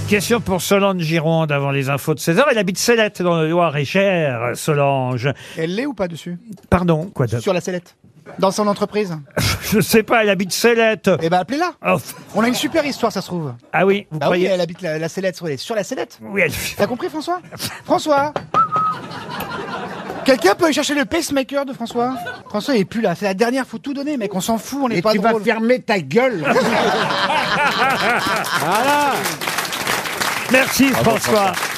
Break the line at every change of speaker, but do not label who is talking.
Question pour Solange Gironde avant les infos de 16h. Elle habite Célette dans le Loir-et-Cher, Solange.
Elle l'est ou pas dessus?
Pardon, quoi de...
Sur la sellette. Dans son entreprise.
Je sais pas, elle habite Célette.
Eh ben appelez-la.
Oh.
On a une super histoire, ça se trouve.
Ah oui, vous
Bah
croyez...
oui, elle habite la sellette sur la sellette.
Oui, elle...
T'as compris, François? François, quelqu'un peut aller chercher le pacemaker de François? François, il est plus là. C'est la dernière, faut tout donner, mec. On s'en fout, on est pas
tu
drôle.
vas fermer ta gueule.
Merci François.